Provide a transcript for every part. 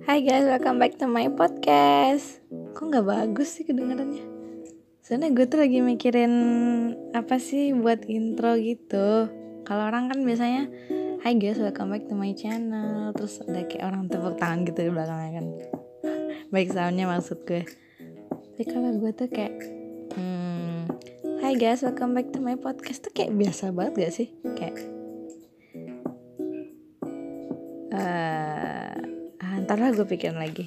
Hai guys, welcome back to my podcast. Kok gak bagus sih kedengarannya? Soalnya gue tuh lagi mikirin apa sih buat intro gitu. Kalau orang kan biasanya Hai guys, welcome back to my channel. Terus ada kayak orang tepuk tangan gitu di belakangnya kan. Baik soundnya maksud gue. Tapi kalau gue tuh kayak Hai guys, welcome back to my podcast. Tuh kayak biasa banget gak sih? Kayak ntar lah gue pikirin lagi.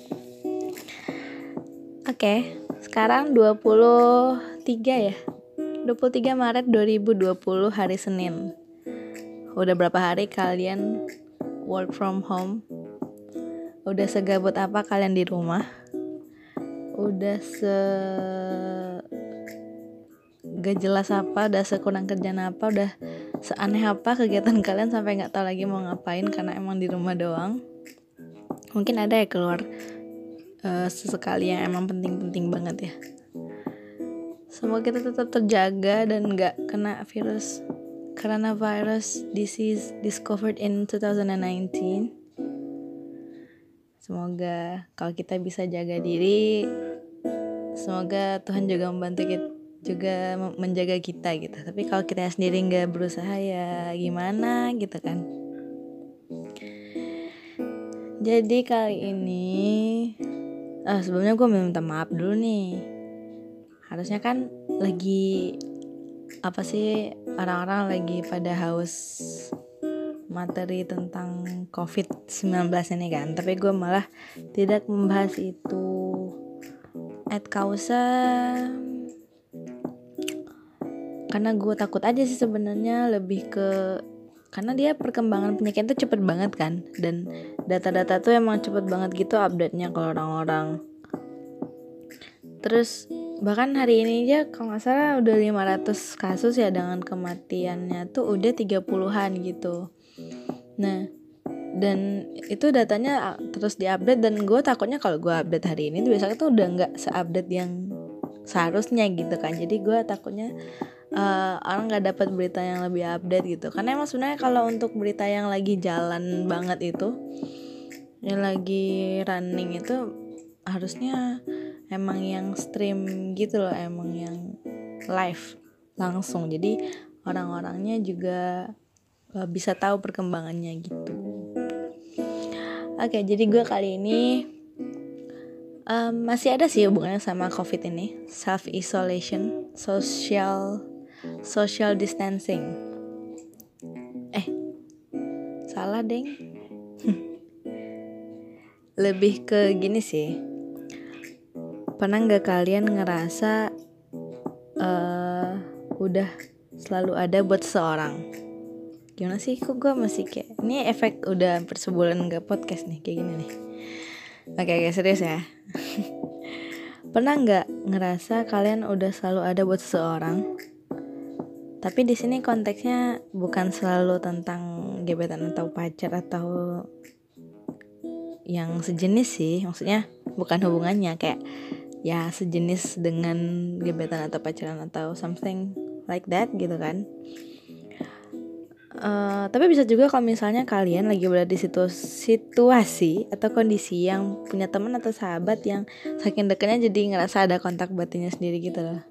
Oke, sekarang 23 ya 23 Maret 2020 hari Senin. Udah berapa hari kalian work from home? Udah segabut apa kalian di rumah? Udah gak jelas apa? Udah sekurang kerjaan apa? Udah seaneh apa kegiatan kalian sampai gak tahu lagi mau ngapain karena emang di rumah doang? Mungkin ada ya keluar sesekali yang emang penting-penting banget ya. Semoga kita tetap terjaga dan gak kena coronavirus disease discovered in 2019. Semoga kalau kita bisa jaga diri, semoga Tuhan juga membantu kita, juga menjaga kita gitu. Tapi kalau kita sendiri gak berusaha ya gimana gitu kan. Jadi kali ini sebelumnya gue minta maaf dulu nih. Harusnya kan lagi apa sih, orang-orang lagi pada haus materi tentang COVID-19 ini kan. Tapi gue malah tidak membahas itu ad causa karena gue takut aja sih sebenarnya, lebih ke karena dia perkembangan penyakit itu cepet banget kan, dan data-data tuh emang cepet banget gitu update-nya kalau orang-orang. Terus bahkan hari ini aja kalau gak salah udah 500 kasus ya, dengan kematiannya tuh udah 30-an gitu. Nah, dan itu datanya terus diupdate, dan gue takutnya kalau gue update hari ini tuh besoknya tuh udah gak seupdate yang seharusnya gitu kan. Jadi gue takutnya orang gak dapat berita yang lebih update gitu. Karena emang sebenarnya kalau untuk berita yang lagi jalan banget itu, yang lagi running itu, harusnya emang yang stream gitu loh, emang yang live langsung. Jadi orang-orangnya juga bisa tahu perkembangannya gitu. Oke, jadi gue kali ini masih ada sih hubungannya sama COVID ini, self isolation, social distancing. Salah deng. Lebih ke gini sih. Pernah gak kalian ngerasa udah selalu ada buat seseorang? Gimana sih, kok gue masih kayak ini efek udah hampir sebulan gak podcast nih kayak gini nih. Oke, serius ya. Pernah gak ngerasa kalian udah selalu ada buat seseorang? Tapi di sini konteksnya bukan selalu tentang gebetan atau pacar atau yang sejenis sih. Maksudnya bukan hubungannya kayak ya sejenis dengan gebetan atau pacaran atau something like that gitu kan. Tapi bisa juga kalau misalnya kalian lagi berada di situasi atau kondisi yang punya teman atau sahabat yang saking dekatnya jadi ngerasa ada kontak batinnya sendiri gitu loh.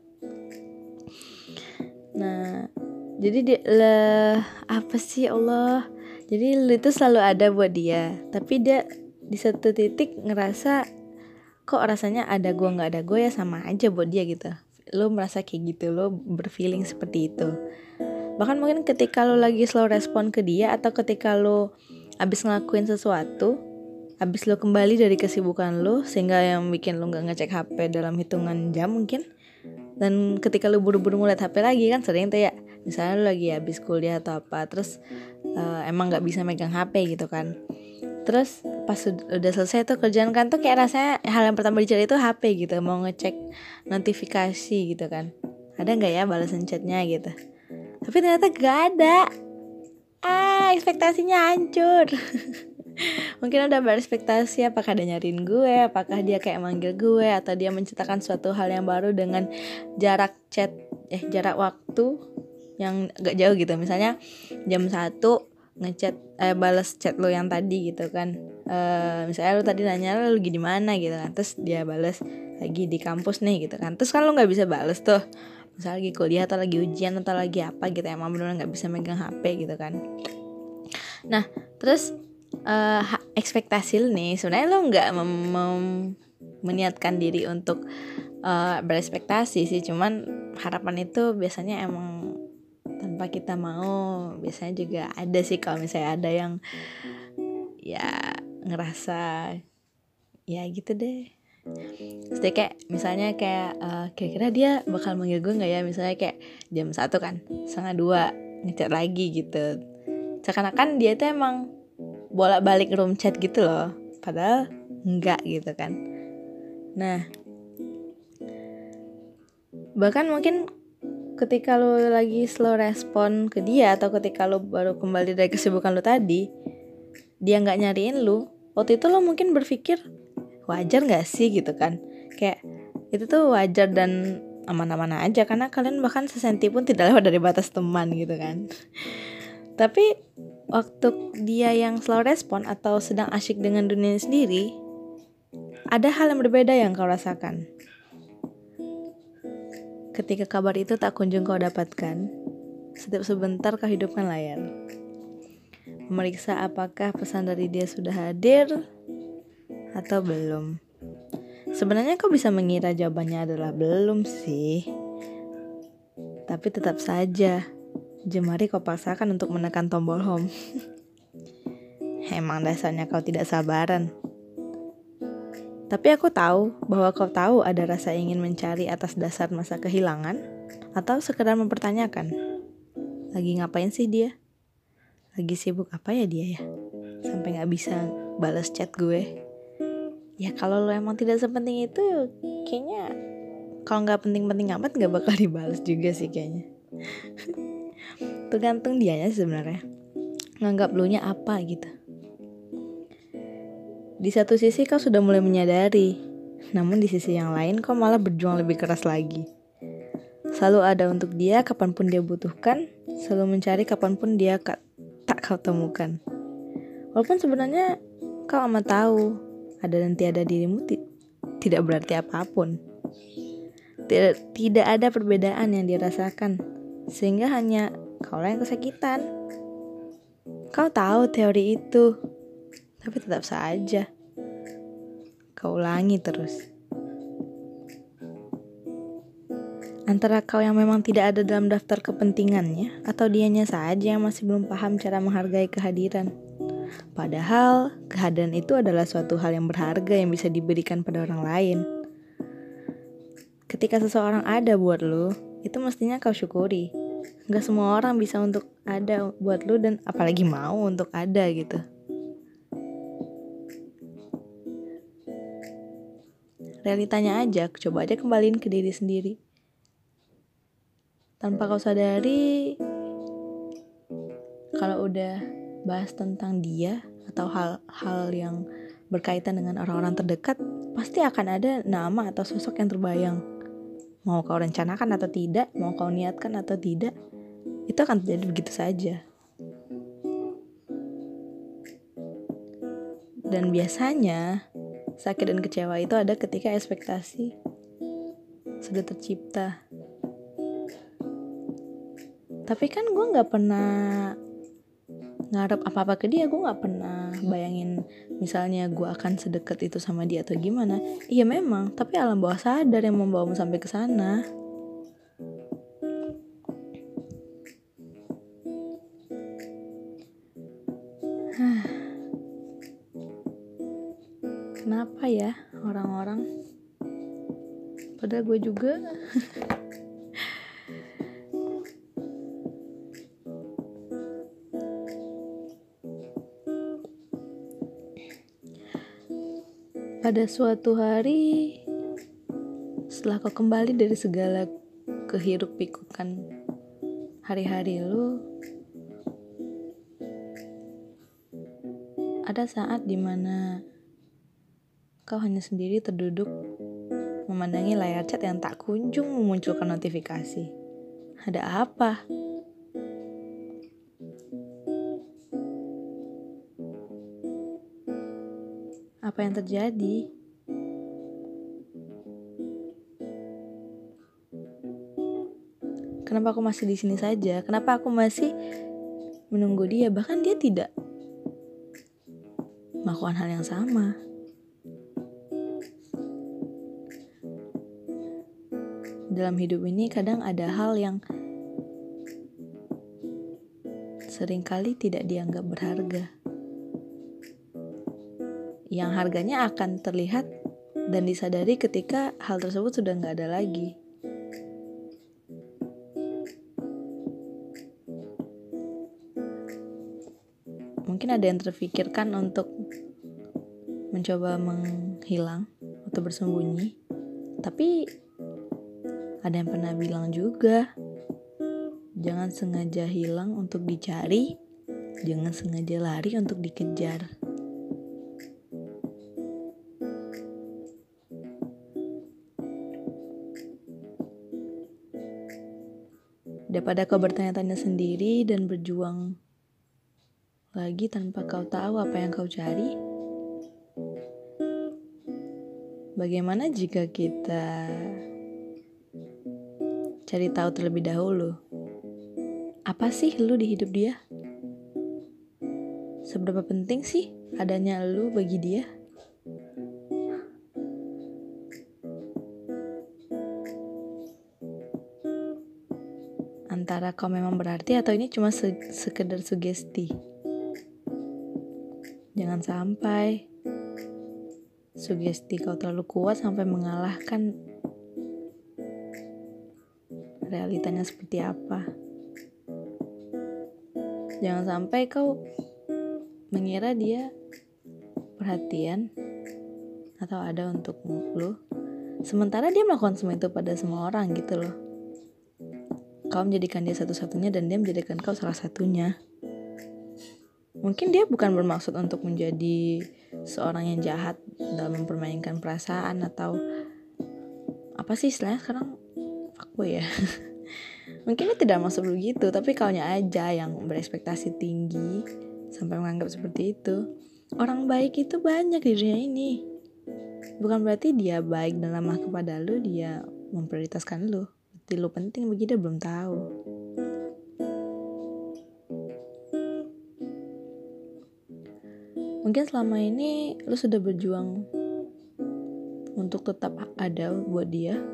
Nah, jadi apa sih Allah? Jadi lu itu selalu ada buat dia, tapi dia di satu titik ngerasa kok rasanya ada gue nggak ada gue ya sama aja buat dia gitu. Lu merasa kayak gitu, lu berfeeling seperti itu. Bahkan mungkin ketika lu lagi slow respon ke dia, atau ketika lu abis ngelakuin sesuatu, abis lu kembali dari kesibukan lu, sehingga yang bikin lu nggak ngecek HP dalam hitungan jam mungkin. Dan ketika lu buru-buru ngeliat HP lagi kan sering tuh ya, misalnya lu lagi habis kuliah atau apa, terus emang gak bisa megang HP gitu kan. Terus pas udah selesai tuh kerjaan kan tuh kayak rasanya hal yang pertama dicari itu HP gitu, mau ngecek notifikasi gitu kan, ada gak ya balasan chatnya gitu. Tapi ternyata gak ada. Ekspektasinya hancur. Mungkin udah berekspektasi apakah dia nyariin gue, apakah dia kayak manggil gue, atau dia menciptakan suatu hal yang baru dengan jarak waktu yang gak jauh gitu. Misalnya jam 1 balas chat lo yang tadi gitu kan. Misalnya lo tadi nanya lo lagi di mana gitu kan, terus dia balas lagi di kampus nih gitu kan, terus kan lo nggak bisa balas tuh, misalnya lagi kuliah atau lagi ujian atau lagi apa gitu, emang benar-benar nggak bisa megang HP gitu kan. Nah terus ekspektasi lo nih, sebenarnya lo nggak meniatkan diri untuk berespektasi sih, cuman harapan itu biasanya emang tanpa kita mau biasanya juga ada sih. Kalau misalnya ada yang ya ngerasa ya gitu deh, jadi kayak misalnya kayak kira-kira dia bakal manggil gue nggak ya, misalnya kayak jam 1 kan, 1:30 ngechat lagi gitu, seakan-akan dia tuh emang bolak-balik room chat gitu loh, padahal enggak gitu kan. Nah bahkan mungkin ketika lo lagi slow respon ke dia, atau ketika lo baru kembali dari kesibukan lo tadi, dia nggak nyariin lo, waktu itu lo mungkin berpikir wajar nggak sih gitu kan, kayak itu tuh wajar dan aman-aman aja karena kalian bahkan sesenti pun tidak lewat dari batas teman gitu kan. Tapi waktu dia yang slow respon atau sedang asyik dengan dunia sendiri, ada hal yang berbeda yang kau rasakan. Ketika kabar itu tak kunjung kau dapatkan, setiap sebentar kau hidupkan layar, memeriksa apakah pesan dari dia sudah hadir atau belum. Sebenarnya kau bisa mengira jawabannya adalah belum sih, tapi tetap saja jemari kau paksakan untuk menekan tombol home. Emang dasarnya kau tidak sabaran. Tapi aku tahu bahwa kau tahu ada rasa ingin mencari atas dasar masa kehilangan, atau sekedar mempertanyakan, lagi ngapain sih dia? Lagi sibuk apa ya dia ya? Sampai gak bisa balas chat gue. Ya kalau lo emang tidak sepenting itu, kayaknya kalau gak penting-penting amat gak bakal dibalas juga sih kayaknya. Tergantung dianya sebenarnya, nganggap lo nya apa gitu. Di satu sisi kau sudah mulai menyadari, namun di sisi yang lain kau malah berjuang lebih keras lagi. Selalu ada untuk dia kapanpun dia butuhkan, selalu mencari kapanpun dia tak kau temukan. Walaupun sebenarnya kau amat tahu, ada dan tiada dirimu tidak berarti apapun. Tidak ada perbedaan yang dirasakan, sehingga hanya kaulah yang kesakitan. Kau tahu teori itu, tapi tetap saja kau ulangi terus. Antara kau yang memang tidak ada dalam daftar kepentingannya, atau dianya saja yang masih belum paham cara menghargai kehadiran. Padahal kehadiran itu adalah suatu hal yang berharga yang bisa diberikan pada orang lain. Ketika seseorang ada buat lo, itu mestinya kau syukuri. Gak semua orang bisa untuk ada buat lo, dan apalagi mau untuk ada gitu. Realitanya aja, coba aja kembaliin ke diri sendiri. Tanpa kau sadari, kalau udah bahas tentang dia atau hal-hal yang berkaitan dengan orang-orang terdekat, pasti akan ada nama atau sosok yang terbayang. Mau kau rencanakan atau tidak, mau kau niatkan atau tidak, itu akan terjadi begitu saja. Dan biasanya sakit dan kecewa itu ada ketika ekspektasi sudah tercipta. Tapi kan gue gak pernah ngarep apa-apa ke dia, gue gak pernah bayangin misalnya gue akan sedekat itu sama dia atau gimana. Iya memang, tapi alam bawah sadar yang membawamu sampai ke sana. Kenapa ya orang-orang? Padahal gue juga. Pada suatu hari, setelah kau kembali dari segala kehiruk pikukan hari-hari lu, ada saat dimana kau hanya sendiri terduduk memandangi layar chat yang tak kunjung memunculkan notifikasi. Ada apa? apa yang terjadi. Kenapa aku masih di sini saja? Kenapa aku masih menunggu dia? Bahkan dia tidak melakukan hal yang sama. Dalam hidup ini kadang ada hal yang seringkali tidak dianggap berharga, yang harganya akan terlihat dan disadari ketika hal tersebut sudah gak ada lagi. Mungkin ada yang terfikirkan untuk mencoba menghilang atau bersembunyi, tapi ada yang pernah bilang juga, jangan sengaja hilang untuk dicari, jangan sengaja lari untuk dikejar. Daripada kau bertanya-tanya sendiri dan berjuang lagi tanpa kau tahu apa yang kau cari. Bagaimana jika kita cari tahu terlebih dahulu, apa sih lu di hidup dia? Seberapa penting sih adanya lu bagi dia? Antara kau memang berarti atau ini cuma sekedar sugesti. Jangan sampai sugesti kau terlalu kuat sampai mengalahkan realitanya seperti apa. Jangan sampai kau mengira dia perhatian atau ada untuk lu, sementara dia melakukan semua itu pada semua orang gitu loh. Kau menjadikan dia satu-satunya dan dia menjadikan kau salah satunya. Mungkin dia bukan bermaksud untuk menjadi seorang yang jahat dalam mempermainkan perasaan atau apa sih istilahnya sekarang, fuckboy ya. Mungkin dia tidak maksud begitu, tapi kaunya aja yang berekspektasi tinggi sampai menganggap seperti itu. Orang baik itu banyak di dunia ini. Bukan berarti dia baik dan ramah kepada lu, dia memprioritaskan lu. Berarti lu penting bagi dia, belum tahu. Mungkin selama ini lu sudah berjuang untuk tetap ada buat dia.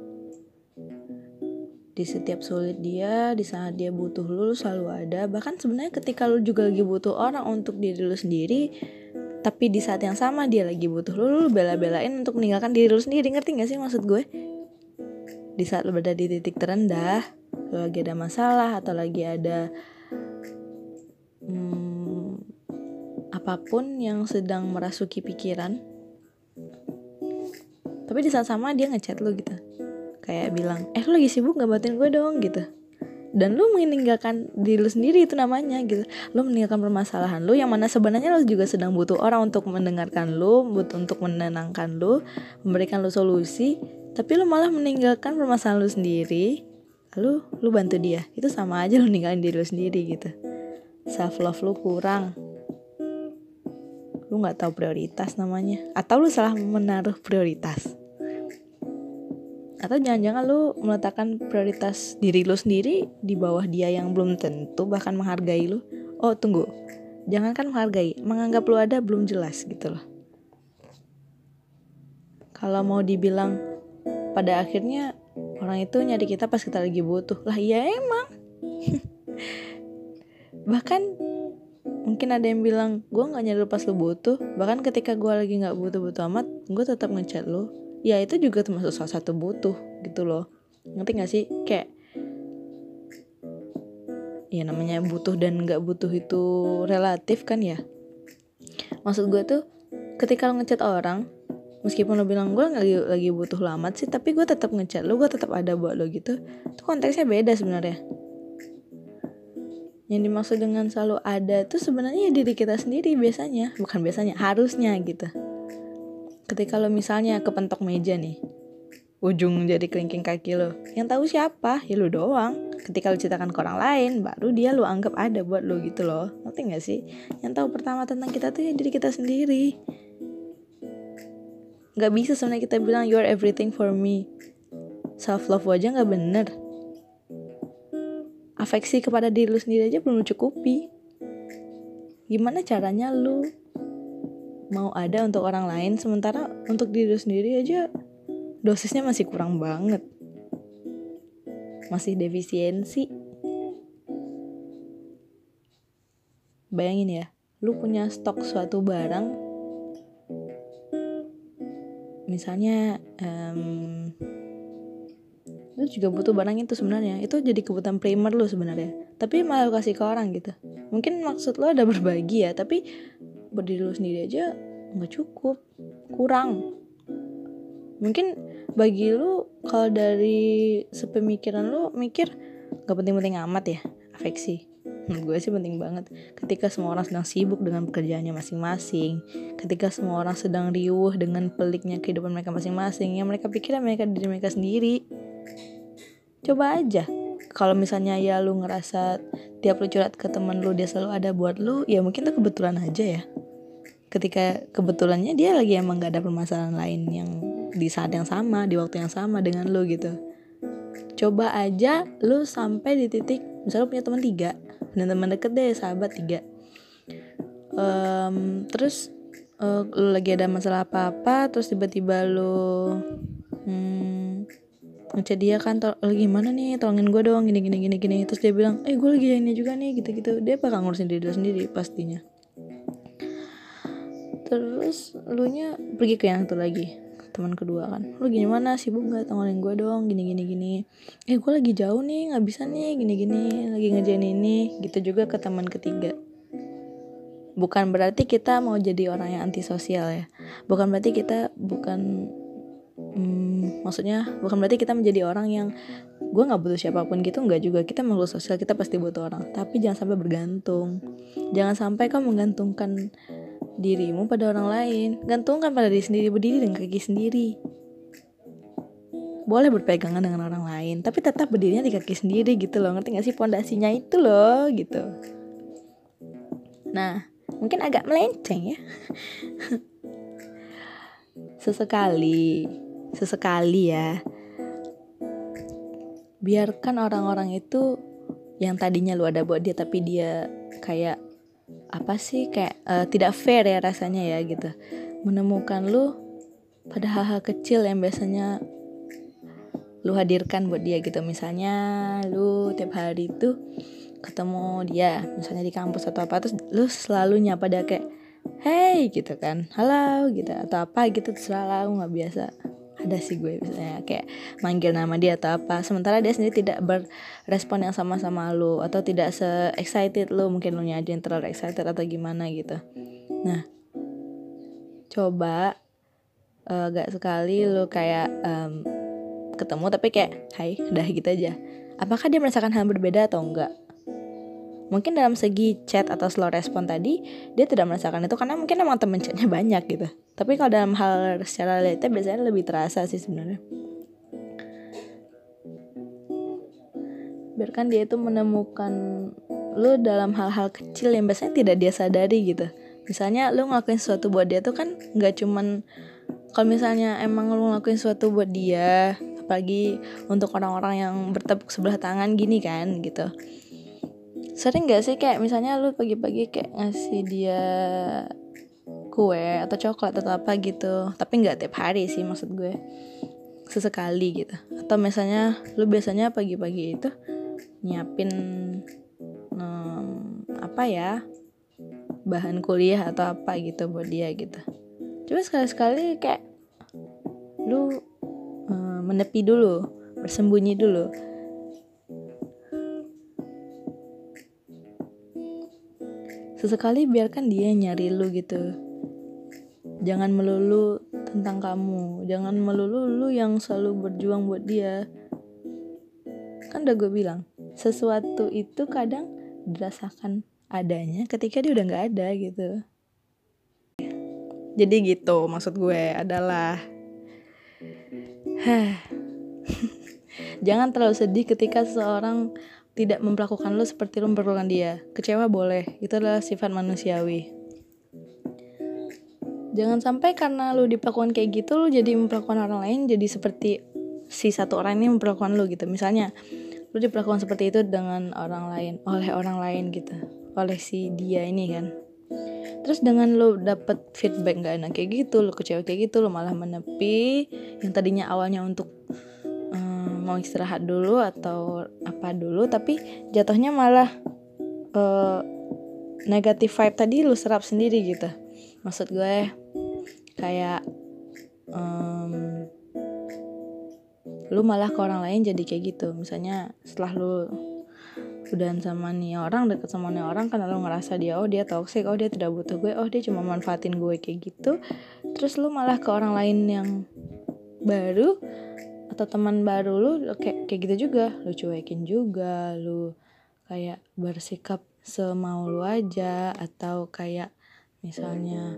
Di setiap sulit dia, di saat dia butuh lu selalu ada. Bahkan sebenarnya ketika lu juga lagi butuh orang untuk diri lu sendiri, tapi di saat yang sama dia lagi butuh lu bela-belain untuk meninggalkan diri lu sendiri. Ngerti gak sih maksud gue? Di saat lu berada di titik terendah, lu lagi ada masalah atau lagi ada apapun yang sedang merasuki pikiran, tapi di saat sama dia ngechat lu gitu, kayak bilang, lu lagi sibuk gak bantuin gue dong gitu. Dan lu meninggalkan diri lu sendiri, itu namanya gitu. Lu meninggalkan permasalahan lu yang mana sebenarnya lu juga sedang butuh orang untuk mendengarkan lu, butuh untuk menenangkan lu, memberikan lu solusi, tapi lu malah meninggalkan permasalahan lu sendiri, lalu lu bantu dia. Itu sama aja lu ninggalin diri lu sendiri gitu. Self love lu kurang, lu gak tahu prioritas namanya, atau lu salah menaruh prioritas, atau jangan-jangan lu meletakkan prioritas diri lu sendiri di bawah dia yang belum tentu bahkan menghargai lu. Oh tunggu, jangankan menghargai, menganggap lu ada belum jelas gitu loh. Kalau mau dibilang pada akhirnya orang itu nyari kita pas kita lagi butuh, lah iya emang. Bahkan mungkin ada yang bilang, gue gak nyari lu pas lu butuh. Bahkan ketika gue lagi gak butuh-butuh amat, gue tetap ngechat lu. Ya itu juga termasuk salah satu butuh gitu loh. Ngerti gak sih? Kayak ya namanya butuh dan gak butuh itu relatif kan ya. Maksud gue tuh, ketika lo ngechat orang, meskipun lo bilang gue lagi butuh amat sih, tapi gue tetap ngechat lo, gue tetap ada buat lo gitu. Itu konteksnya beda sebenarnya. Yang dimaksud dengan selalu ada tuh sebenarnya diri kita sendiri biasanya. Bukan biasanya, harusnya gitu. Ketika lo misalnya kepentok meja nih, ujung jadi kelingking kaki lo, yang tahu siapa? Ya lo doang. Ketika lo ceritakan ke orang lain, baru dia lo anggap ada buat lo gitu loh. Ngerti gak sih? Yang tahu pertama tentang kita tuh ya diri kita sendiri. Gak bisa sebenarnya kita bilang you are everything for me. Self love aja gak bener. Afeksi kepada diri lu sendiri aja belum cukupi. Gimana caranya lu mau ada untuk orang lain, sementara untuk diri lu sendiri aja dosisnya masih kurang banget, masih defisiensi. Bayangin ya, lu punya stok suatu barang, misalnya lu juga butuh barang itu sebenarnya, itu jadi kebutuhan primer lu sebenarnya, tapi malah lu kasih ke orang gitu. Mungkin maksud lu ada berbagi ya, tapi berdiri lu sendiri aja nggak cukup, kurang. Mungkin bagi lu kalau dari sepemikiran lu mikir nggak penting-penting amat ya afeksi. Menurut gue sih penting banget. Ketika semua orang sedang sibuk dengan pekerjaannya masing-masing, ketika semua orang sedang riuh dengan peliknya kehidupan mereka masing-masing, yang mereka pikirkan mereka diri mereka sendiri. Coba aja, kalau misalnya ya lu ngerasa tiap lu curhat ke temen lu dia selalu ada buat lu, ya mungkin itu kebetulan aja ya. Ketika kebetulannya dia lagi emang gak ada permasalahan lain yang di saat yang sama, di waktu yang sama dengan lu gitu. Coba aja lu sampai di titik, misalnya lu punya teman 3, dan teman deket deh, sahabat 3. Terus lu lagi ada masalah apa-apa, terus tiba-tiba lu ngechat dia kan, lagi gimana nih, tolongin gue dong, gini. Terus dia bilang, gue lagi ini juga nih, gitu-gitu. Dia bakal ngurusin diri dia sendiri pastinya. Terus lu nya pergi ke yang satu lagi, teman kedua kan, lu gimana, sibuk gak, tolongin gue dong, gini. Gue lagi jauh nih, gak bisa nih, gini, lagi ngerjain ini. Gitu juga ke teman ketiga. Bukan berarti kita mau jadi orang yang antisosial ya, bukan berarti kita maksudnya bukan berarti kita menjadi orang yang gue gak butuh siapapun gitu, enggak juga. Kita makhluk sosial, kita pasti butuh orang, tapi jangan sampai bergantung. Jangan sampai kau menggantungkan dirimu pada orang lain. Gantungkan pada diri sendiri, berdiri dengan kaki sendiri. Boleh berpegangan dengan orang lain, tapi tetap berdirinya di kaki sendiri gitu loh. Ngerti gak sih pondasinya itu loh gitu. Nah, mungkin agak melenceng ya. Sesekali ya, biarkan orang-orang itu yang tadinya lu ada buat dia, tapi dia kayak apa sih, kayak tidak fair ya rasanya ya gitu, menemukan lu pada hal-hal kecil yang biasanya lu hadirkan buat dia gitu. Misalnya lu tiap hari itu ketemu dia, misalnya di kampus atau apa, terus lu selalu nyapa dia kayak hey gitu kan, halo gitu, atau apa gitu, terserah lu, gak biasa. Ada sih gue misalnya kayak manggil nama dia atau apa, sementara dia sendiri tidak berespon yang sama lu, atau tidak se-excited lu, mungkin lu aja yang terlalu excited atau gimana gitu. Nah, coba gak sekali lu kayak ketemu tapi kayak hai, udah gitu aja. Apakah dia merasakan hal berbeda atau enggak? Mungkin dalam segi chat atau slow respon tadi dia tidak merasakan itu karena mungkin emang temen chatnya banyak gitu. Tapi kalau dalam hal secara realita biasanya lebih terasa sih sebenarnya. Biarkan dia itu menemukan lu dalam hal-hal kecil yang biasanya tidak dia sadari gitu. Misalnya lu ngelakuin sesuatu buat dia tuh kan gak cuman, kalau misalnya emang lu ngelakuin sesuatu buat dia, apalagi untuk orang-orang yang bertepuk sebelah tangan gini kan gitu, sering gak sih kayak misalnya lu pagi-pagi kayak ngasih dia kue atau coklat atau apa gitu, tapi gak tiap hari sih maksud gue, sesekali gitu. Atau misalnya lu biasanya pagi-pagi itu nyiapin bahan kuliah atau apa gitu buat dia gitu. Coba sekali-sekali kayak lu menepi dulu, bersembunyi dulu. Sesekali biarkan dia nyari lu gitu. Jangan melulu tentang kamu, jangan melulu lu yang selalu berjuang buat dia. Kan udah gue bilang, sesuatu itu kadang dirasakan adanya ketika dia udah gak ada gitu. Jadi gitu maksud gue adalah jangan terlalu sedih ketika seseorang tidak memperlakukan lu seperti lu memperlakukan dia. Kecewa boleh, itu adalah sifat manusiawi. Jangan sampai karena lu diperlakukan kayak gitu lu jadi memperlakukan orang lain jadi seperti si satu orang ini memperlakukan lu gitu. Misalnya lu diperlakukan seperti itu dengan orang lain, oleh orang lain gitu, oleh si dia ini kan. Terus dengan lu dapet feedback gak enak kayak gitu, lu kecewa kayak gitu, lu malah menepi yang tadinya awalnya untuk mau istirahat dulu atau apa dulu, tapi jatuhnya malah negatif vibe tadi lu serap sendiri gitu. Maksud gue kayak lu malah ke orang lain jadi kayak gitu. Misalnya setelah lu udah sama nih orang, deket sama nih orang, karena lu ngerasa dia toxic, dia tidak butuh gue, dia cuma manfaatin gue kayak gitu. Terus lu malah ke orang lain yang baru atau teman baru lu kayak gitu juga, lu cuekin juga, lu kayak bersikap semau lu aja, atau kayak misalnya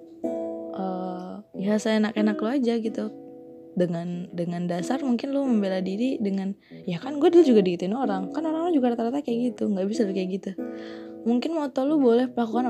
ya seenak-enak lu aja gitu. Dengan dasar mungkin lu membela diri dengan ya kan gue dulu juga digituin orang, kan orang juga rata-rata kayak gitu, nggak bisa kayak gitu. Mungkin moto lu boleh perlakukan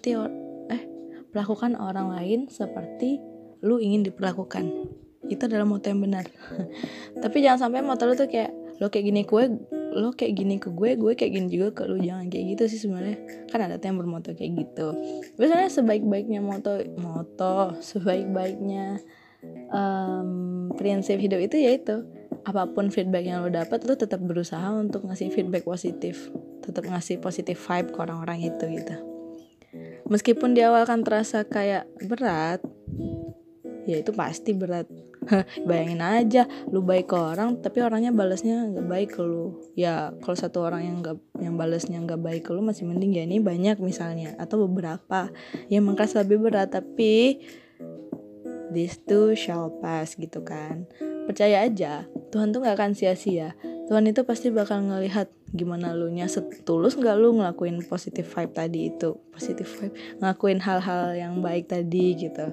orang lain seperti lu ingin diperlakukan, itu adalah moto yang benar. Tapi jangan sampai moto lu tuh kayak lo kayak gini ke gue kayak gini juga ke lu. Jangan kayak gitu sih sebenarnya. Kan ada yang bermoto kayak gitu. Biasanya sebaik-baiknya sebaik-baiknya prinsip hidup itu yaitu apapun feedback yang lo dapat, lo tetap berusaha untuk ngasih feedback positif, tetap ngasih positive vibe ke orang-orang itu gitu. Meskipun di awal kan terasa kayak berat, ya itu pasti berat. Bayangin aja lu baik ke orang tapi orangnya balasnya nggak baik ke lu. Ya kalau satu orang yang balasnya nggak baik ke lu masih mending, ya ini banyak misalnya, atau beberapa yang merasa lebih berat, tapi this too shall pass gitu kan. Percaya aja, Tuhan tuh gak akan sia-sia. Tuhan itu pasti bakal ngelihat gimana lu nya setulus gak lu ngelakuin positive vibe tadi itu. Positive vibe, ngelakuin hal-hal yang baik tadi gitu.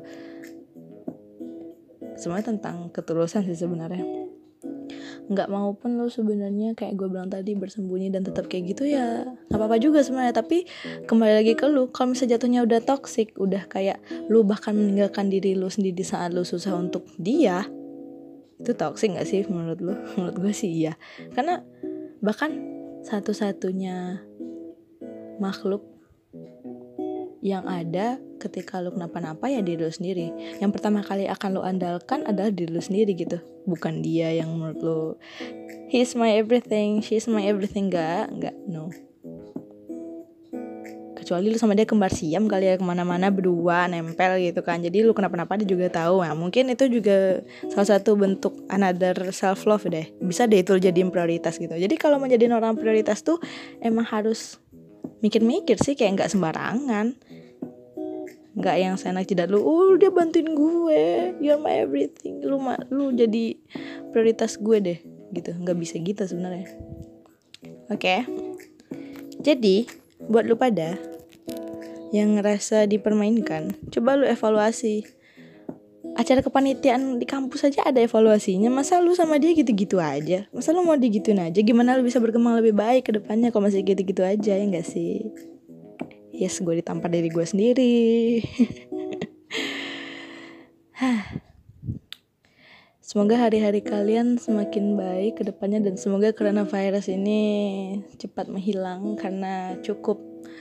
Semuanya tentang ketulusan sih sebenarnya. Nggak mau pun lu sebenarnya kayak gue bilang tadi bersembunyi dan tetap kayak gitu ya nggak apa-apa juga sebenarnya. Tapi kembali lagi ke lu, kalau misalnya jatuhnya udah toxic, udah kayak lu bahkan meninggalkan diri lu sendiri saat lu susah untuk dia, itu toxic nggak sih menurut lu? Menurut gue sih iya, karena bahkan satu-satunya makhluk yang ada ketika lu kenapa-napa ya diri lu sendiri. Yang pertama kali akan lu andalkan adalah diri lu sendiri gitu, bukan dia yang menurut lu he's my everything, she's my everything. Enggak, no. Kecuali lu sama dia kembar siam kali ya, kemana-mana berdua nempel gitu kan, jadi lu kenapa-napa dia juga tahu. Nah mungkin itu juga salah satu bentuk another self love deh, bisa deh itu jadiin prioritas gitu. Jadi kalau menjadiin orang prioritas tuh emang harus mikir-mikir sih, kayak nggak sembarangan, nggak yang seenak jidat lu, dia bantuin gue, you're my everything, lu jadi prioritas gue deh gitu. Nggak bisa gitu sebenarnya. Oke. Jadi buat lu pada yang ngerasa dipermainkan, coba lu evaluasi. Acara kepanitiaan di kampus aja ada evaluasinya. Masa lu sama dia gitu-gitu aja? Masa lu mau digituin aja? Gimana lu bisa berkembang lebih baik ke depannya kalau masih gitu-gitu aja, ya gak sih? Yes, gue ditampar diri gue sendiri. Semoga hari-hari kalian semakin baik ke depannya, dan semoga coronavirus ini cepat menghilang, karena cukup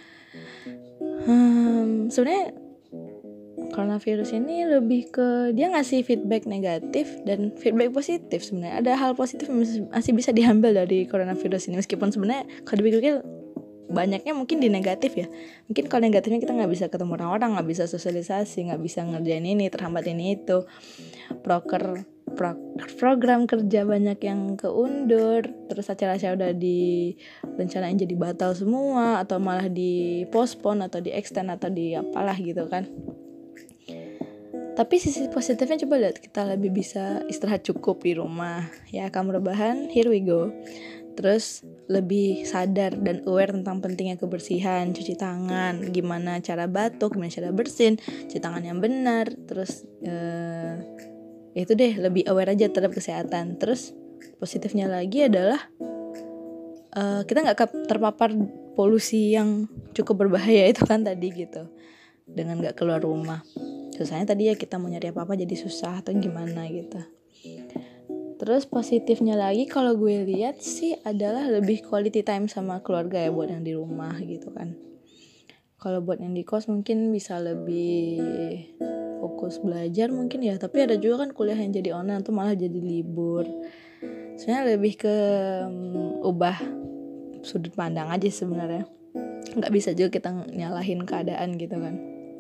sebenarnya coronavirus ini lebih ke dia ngasih feedback negatif dan feedback positif. Sebenarnya ada hal positif yang masih bisa diambil dari coronavirus ini, meskipun sebenarnya kalau dipikir banyaknya mungkin di negatif ya. Mungkin kalau negatifnya kita nggak bisa ketemu orang-orang, nggak bisa sosialisasi, nggak bisa ngerjain ini, terhambat ini itu, program kerja banyak yang keundur, terus acara-acara udah direncanain jadi batal semua, atau malah dipospon atau di extend atau di apalah gitu kan. Tapi sisi positifnya coba lihat, kita lebih bisa istirahat cukup di rumah. Ya, kamu rebahan, here we go. Terus lebih sadar dan aware tentang pentingnya kebersihan, cuci tangan, gimana cara batuk, gimana cara bersin, cuci tangan yang benar. Terus itu deh, lebih aware aja terhadap kesehatan. Terus positifnya lagi adalah kita nggak terpapar polusi yang cukup berbahaya itu kan tadi gitu, dengan nggak keluar rumah. susahnya tadi ya kita mau nyari apa-apa jadi susah atau gimana gitu. Terus positifnya lagi kalau gue lihat sih adalah lebih quality time sama keluarga ya buat yang di rumah gitu kan. Kalau buat yang di kos mungkin bisa lebih fokus belajar mungkin ya, tapi ada juga kan kuliah yang jadi online tuh malah jadi libur. Sebenarnya lebih ke ubah sudut pandang aja sebenarnya. Nggak bisa juga kita nyalahin keadaan gitu kan.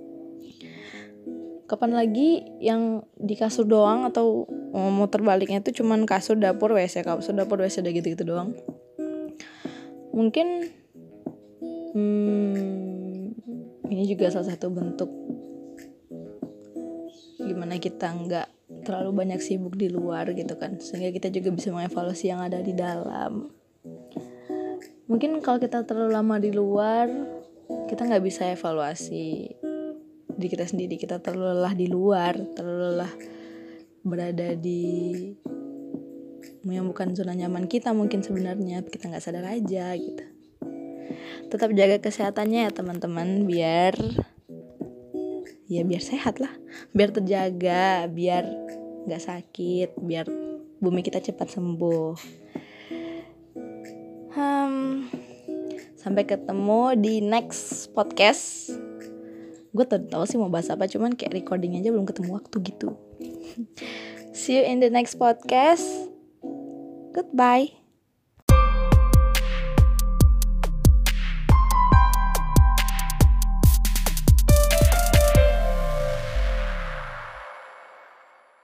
Kapan lagi yang di kasur doang atau muter baliknya itu cuman kasur dapur WC udah gitu-gitu doang. Mungkin ini juga salah satu bentuk gimana kita nggak terlalu banyak sibuk di luar gitu kan, sehingga kita juga bisa mengevaluasi yang ada di dalam. Mungkin kalau kita terlalu lama di luar, kita nggak bisa evaluasi diri kita sendiri. Kita terlalu lelah di luar, terlalu lelah berada di yang bukan zona nyaman kita mungkin sebenarnya, kita nggak sadar aja gitu. Tetap jaga kesehatannya ya teman-teman, biar sehat lah, biar terjaga, biar nggak sakit, biar bumi kita cepat sembuh. Sampai ketemu di next podcast. Gue tahu sih mau bahas apa, cuman kayak recording aja belum ketemu waktu gitu. See you in the next podcast. Goodbye.